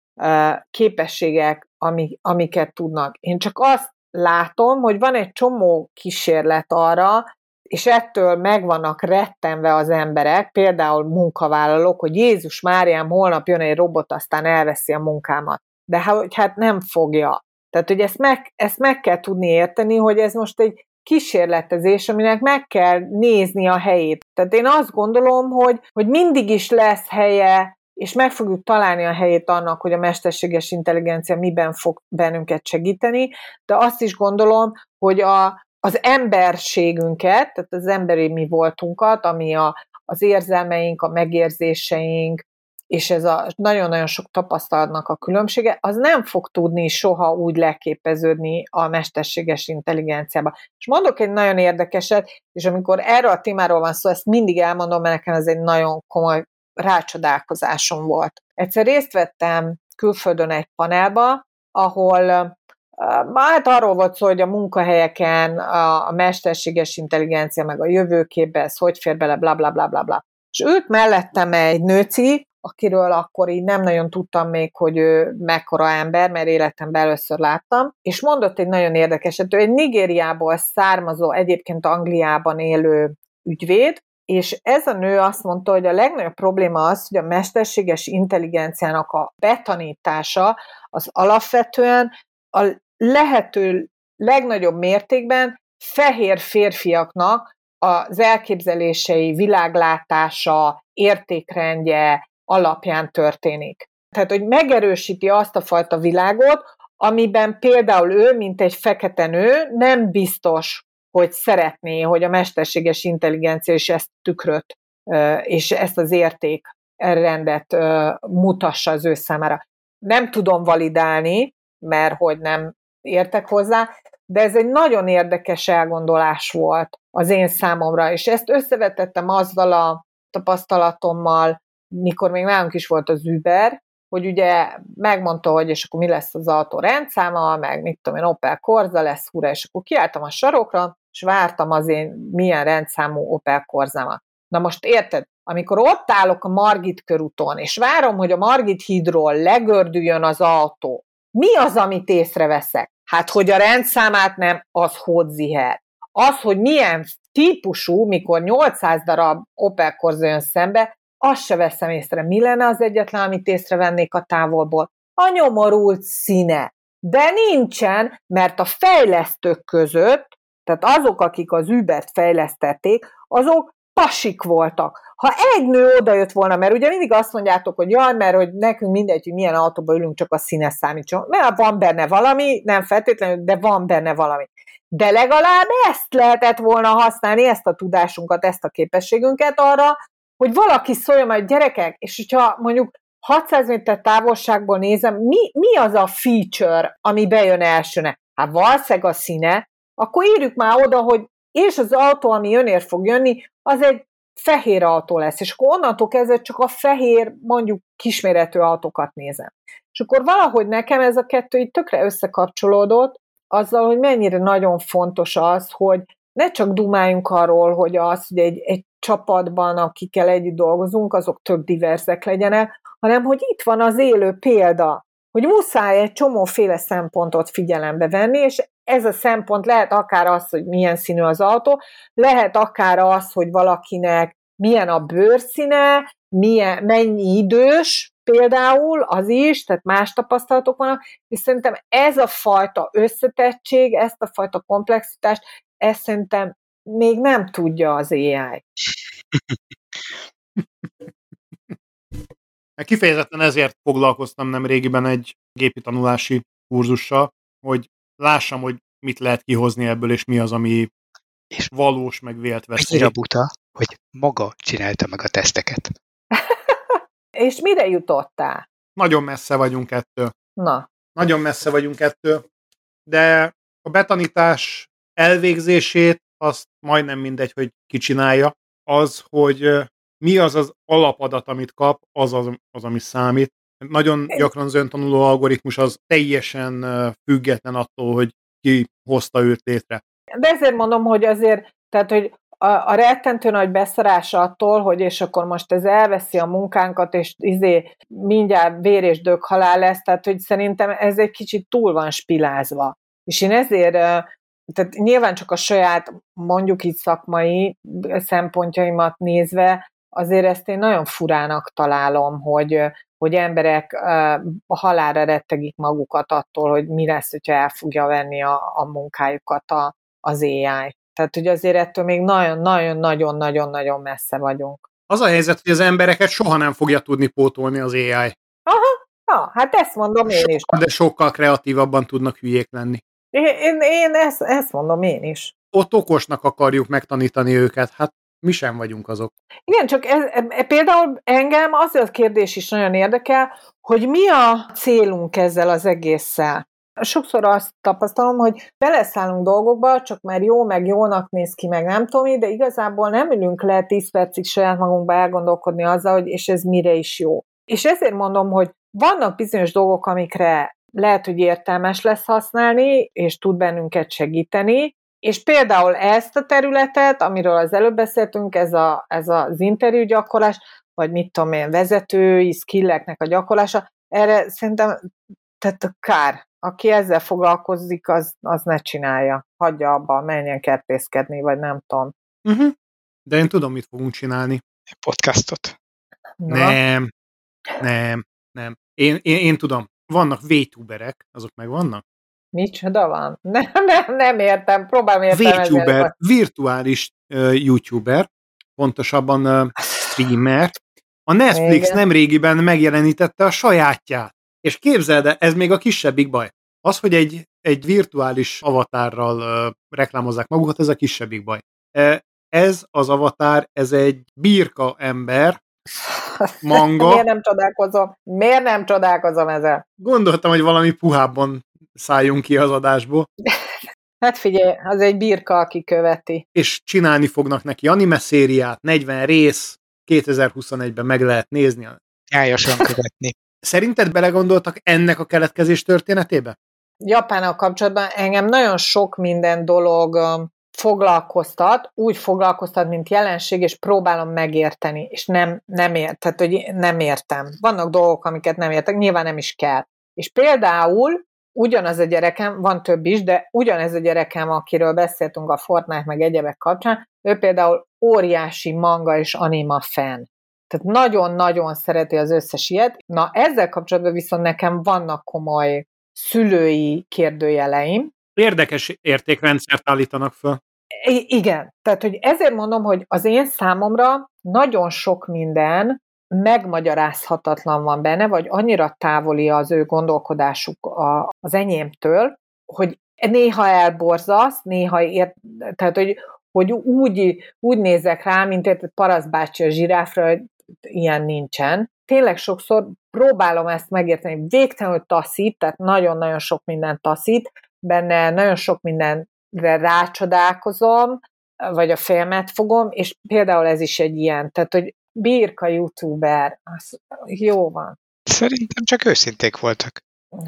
képességek, amik, amiket tudnak. Én csak azt látom, hogy van egy csomó kísérlet arra, és ettől meg vannak rettenve az emberek, például munkavállalók, hogy Jézus Máriám, holnap jön egy robot, aztán elveszi a munkámat. De hát nem fogja. Tehát, hogy ezt meg, ezt meg kell tudni érteni, hogy ez most egy kísérletezés, aminek meg kell nézni a helyét. Tehát én azt gondolom, hogy, hogy mindig is lesz helye, és meg fogjuk találni a helyét annak, hogy a mesterséges intelligencia miben fog bennünket segíteni, de azt is gondolom, hogy a, az emberségünket, tehát az emberi mi voltunkat, ami a, az érzelmeink, a megérzéseink, és ez a nagyon-nagyon sok tapasztalatnak a különbsége, az nem fog tudni soha úgy leképeződni a mesterséges intelligenciába. És mondok egy nagyon érdekeset, és amikor erről a témáról van szó, ezt mindig elmondom, mert nekem ez egy nagyon komoly rácsodálkozásom volt. Egyszer részt vettem külföldön egy panelba, ahol hát arról volt szó, hogy a munkahelyeken a mesterséges intelligencia, meg a jövőképbe, ez hogy fér bele, bla bla bla bla bla. És ült mellettem egy nőci, akiről akkor így nem nagyon tudtam még, hogy ő mekkora ember, mert életemben először láttam, és mondott egy nagyon érdekeset, ő egy Nigériából származó, egyébként Angliában élő ügyvéd, és ez a nő azt mondta, hogy a legnagyobb probléma az, hogy a mesterséges intelligenciának a betanítása az alapvetően a lehető legnagyobb mértékben fehér férfiaknak az elképzelései, világlátása, értékrendje alapján történik. Tehát, hogy megerősíti azt a fajta világot, amiben például ő, mint egy fekete nő, nem biztos, hogy szeretné, hogy a mesterséges intelligencia is ezt tükröt, és ezt az értékrendet mutassa az ő számára. Nem tudom validálni, mert hogy nem értek hozzá, de ez egy nagyon érdekes elgondolás volt az én számomra, és ezt összevetettem azzal a tapasztalatommal, mikor még nálunk is volt az Uber, hogy ugye megmondta, hogy és akkor mi lesz az autó rendszáma, meg mit tudom én, Opel Corsa lesz, hurra, és akkor kiálltam a sarokra, és vártam az én milyen rendszámú Opel Corsámat. Na most érted, amikor ott állok a Margit körúton, és várom, hogy a Margit hídról legördüljön az autó, mi az, amit észreveszek? Hát, hogy a rendszámát nem, az hódziher. Az, hogy milyen típusú, mikor nyolcszáz darab Opel Corsa jön szembe, azt se veszem észre. Mi lenne az egyetlen, amit észrevennék a távolból? A nyomorult színe. De nincsen, mert a fejlesztők között, tehát azok, akik az Ubert fejlesztették, azok pasik voltak. Ha egy nő odajött volna, mert ugye mindig azt mondjátok, hogy jaj, mert hogy nekünk mindegy, hogy milyen autóba ülünk, csak a színe számítson. Mert van benne valami, nem feltétlenül, de van benne valami. De legalább ezt lehetett volna használni, ezt a tudásunkat, ezt a képességünket arra, hogy valaki szólja majd gyerekek, és hogyha mondjuk hatszáz méter távolságból nézem, mi, mi az a feature, ami bejön elsőnek? Hát valószínűleg a színe, akkor írjuk már oda, hogy és az autó, ami önért fog jönni, az egy fehér autó lesz, és akkor onnantól kezdve csak a fehér, mondjuk kisméretű autókat nézem. És akkor valahogy nekem ez a kettő így tökre összekapcsolódott, azzal, hogy mennyire nagyon fontos az, hogy ne csak dumáljunk arról, hogy az, hogy egy, egy csapatban, akikkel együtt dolgozunk, azok tök diverzek legyenek, hanem hogy itt van az élő példa, hogy muszáj egy csomóféle szempontot figyelembe venni, és ez a szempont lehet akár az, hogy milyen színű az autó, lehet akár az, hogy valakinek milyen a bőrszíne, milyen, mennyi idős például, az is, tehát más tapasztalatok vannak, és szerintem ez a fajta összetettség, ezt a fajta komplexitást, ezt szerintem még nem tudja az á i. Kifejezetten ezért foglalkoztam nem régiben egy gépi tanulási kurzussal, hogy lássam, hogy mit lehet kihozni ebből, és mi az, ami és valós, meg vélt veszély. Annyira buta, hogy maga csinálta meg a teszteket. És mire jutottál? Nagyon messze vagyunk ettől. Na. Nagyon messze vagyunk ettől, de a betanítás elvégzését azt majdnem mindegy, hogy ki csinálja. Az, hogy mi az az alapadat, amit kap, az az, az ami számít. Nagyon gyakran az öntanuló algoritmus az teljesen független attól, hogy ki hozta őt létre. De ezért mondom, hogy azért, tehát, hogy a, a rettentő nagy beszarás attól, hogy és akkor most ez elveszi a munkánkat, és izé mindjárt vér és dög halál lesz, tehát, hogy szerintem ez egy kicsit túl van spilázva. És én ezért, tehát nyilván csak a saját, mondjuk így szakmai szempontjaimat nézve, azért ezt én nagyon furának találom, hogy, hogy emberek a halálra rettegik magukat attól, hogy mi lesz, hogyha el fogja venni a, a munkájukat a, az á i. Tehát, hogy azért ettől még nagyon-nagyon-nagyon-nagyon-nagyon messze vagyunk. Az a helyzet, hogy az embereket soha nem fogja tudni pótolni az á i. Aha, na, hát ezt mondom én is. Sokkal, de sokkal kreatívabban tudnak hülyék lenni. Én, én, én ezt, ezt mondom én is. Ott okosnak akarjuk megtanítani őket. Hát mi sem vagyunk azok. Igen, csak ez, ez, például engem az a kérdés is nagyon érdekel, hogy mi a célunk ezzel az egésszel. Sokszor azt tapasztalom, hogy beleszállunk dolgokba, csak mert jó, meg jónak néz ki, meg nem tudom, de igazából nem ülünk le tíz percig saját magunkba elgondolkodni azzal, hogy és ez mire is jó. És ezért mondom, hogy vannak bizonyos dolgok, amikre lehet, hogy értelmes lesz használni, és tud bennünket segíteni, és például ezt a területet, amiről az előbb beszéltünk, ez, a, ez az interjú gyakorlás, vagy mit tudom én, vezetői skilleknek a gyakorlása, erre szerintem tehát kár. Aki ezzel foglalkozik, az, az ne csinálja. Hagyja abba, menjen kertészkedni, vagy nem tudom. Uh-huh. De én tudom, mit fogunk csinálni. Podcastot. Na. Nem, nem, nem. Én, én, én tudom. Vannak VTuberek, azok meg vannak? Micsoda van? Nem, nem, nem értem, próbálom értelmezni. VTuber, virtuális uh, YouTuber, pontosabban uh, streamer. A Netflix Igen. nemrégiben megjelenítette a sajátját. És képzeld el, ez még a kisebbik baj. Az, hogy egy, egy virtuális avatárral uh, reklámozzák magukat, ez a kisebbik baj. Uh, ez az avatár, ez egy birka ember, manga. Miért nem csodálkozom? Miért nem csodálkozom ezzel? Gondoltam, hogy valami puhábban szálljunk ki az adásból. Hát figyelj, az egy birka, aki követi. És csinálni fognak neki anime szériát, negyven rész, kétezer-huszonegyben meg lehet nézni. Nyájasan követni. Szerinted belegondoltak ennek a keletkezés történetébe? Japánnal kapcsolatban engem nagyon sok minden dolog foglalkoztat, úgy foglalkoztat, mint jelenség, és próbálom megérteni, és nem, nem, ért, tehát, hogy nem értem. Vannak dolgok, amiket nem értek, nyilván nem is kell. És például ugyanaz a gyerekem, van több is, de ugyanez a gyerekem, akiről beszéltünk a Fortnite meg egyebek kapcsán, ő például óriási manga és anima fan. Tehát nagyon-nagyon szereti az összes ilyet. Na, ezzel kapcsolatban viszont nekem vannak komoly szülői kérdőjeleim. Érdekes értékrendszert állítanak föl. I- igen, tehát hogy ezért mondom, hogy az én számomra nagyon sok minden megmagyarázhatatlan van benne, vagy annyira távoli az ő gondolkodásuk a, az enyémtől, hogy néha elborzaszt, néha ér, tehát hogy, hogy úgy, úgy nézek rá, mint egy Parasz bácsi a zsiráfra, hogy ilyen nincsen. Tényleg sokszor próbálom ezt megérteni, végtelenül taszít, tehát nagyon-nagyon sok minden taszít, benne nagyon sok mindenre rácsodálkozom, vagy a filmet fogom, és például ez is egy ilyen, tehát, hogy birka youtuber, az jó van. Szerintem csak őszinték voltak.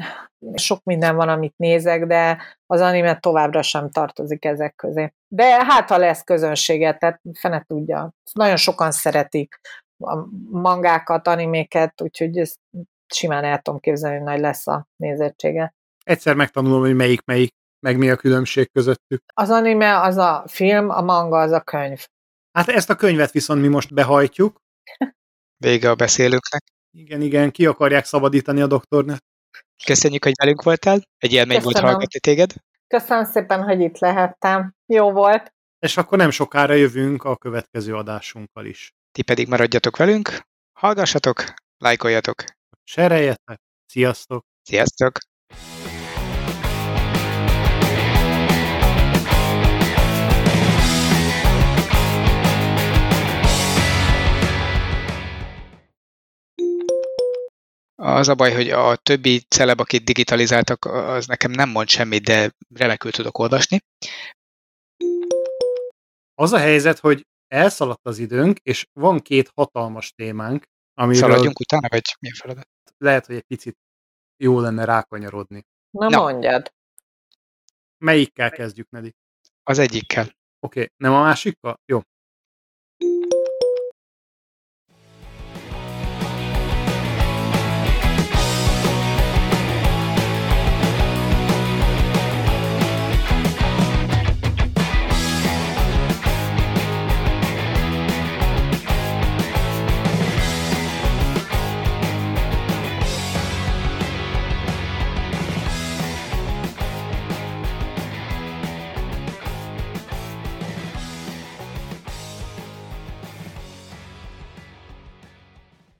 Sok minden van, amit nézek, de az anime továbbra sem tartozik ezek közé. De hát, ha lesz közönséget, tehát fene tudja. Nagyon sokan szeretik a mangákat, animéket, úgyhogy ezt simán el tudom képzelni, hogy nagy lesz a nézettsége. Egyszer megtanulom, hogy melyik melyik, meg mi a különbség közöttük. Az anime az a film, a manga az a könyv. Hát ezt a könyvet viszont mi most behajtjuk. Vége a beszélőknek. Igen, igen, ki akarják szabadítani a doktornőt. Köszönjük, hogy velünk voltál. Egy élmény volt hallgatni téged. Köszönöm szépen, hogy itt lehettem. Jó volt. És akkor nem sokára jövünk a következő adásunkkal is. Ti pedig maradjatok velünk, hallgassatok, lájkoljatok. Sereljetek. Sziasztok! Sziasztok! Az a baj, hogy a többi celeb, akit digitalizáltak, az nekem nem mond semmit, de remekül tudok olvasni. Az a helyzet, hogy elszaladt az időnk, és van két hatalmas témánk, amiről Szaladjunk utána, vagy mi a feladat? lehet, hogy egy picit jó lenne rákanyarodni. Na, Na. mondjad. Melyikkel kezdjük, Nedi? Az egyikkel. Oké, okay. Nem a másikkal? Jó.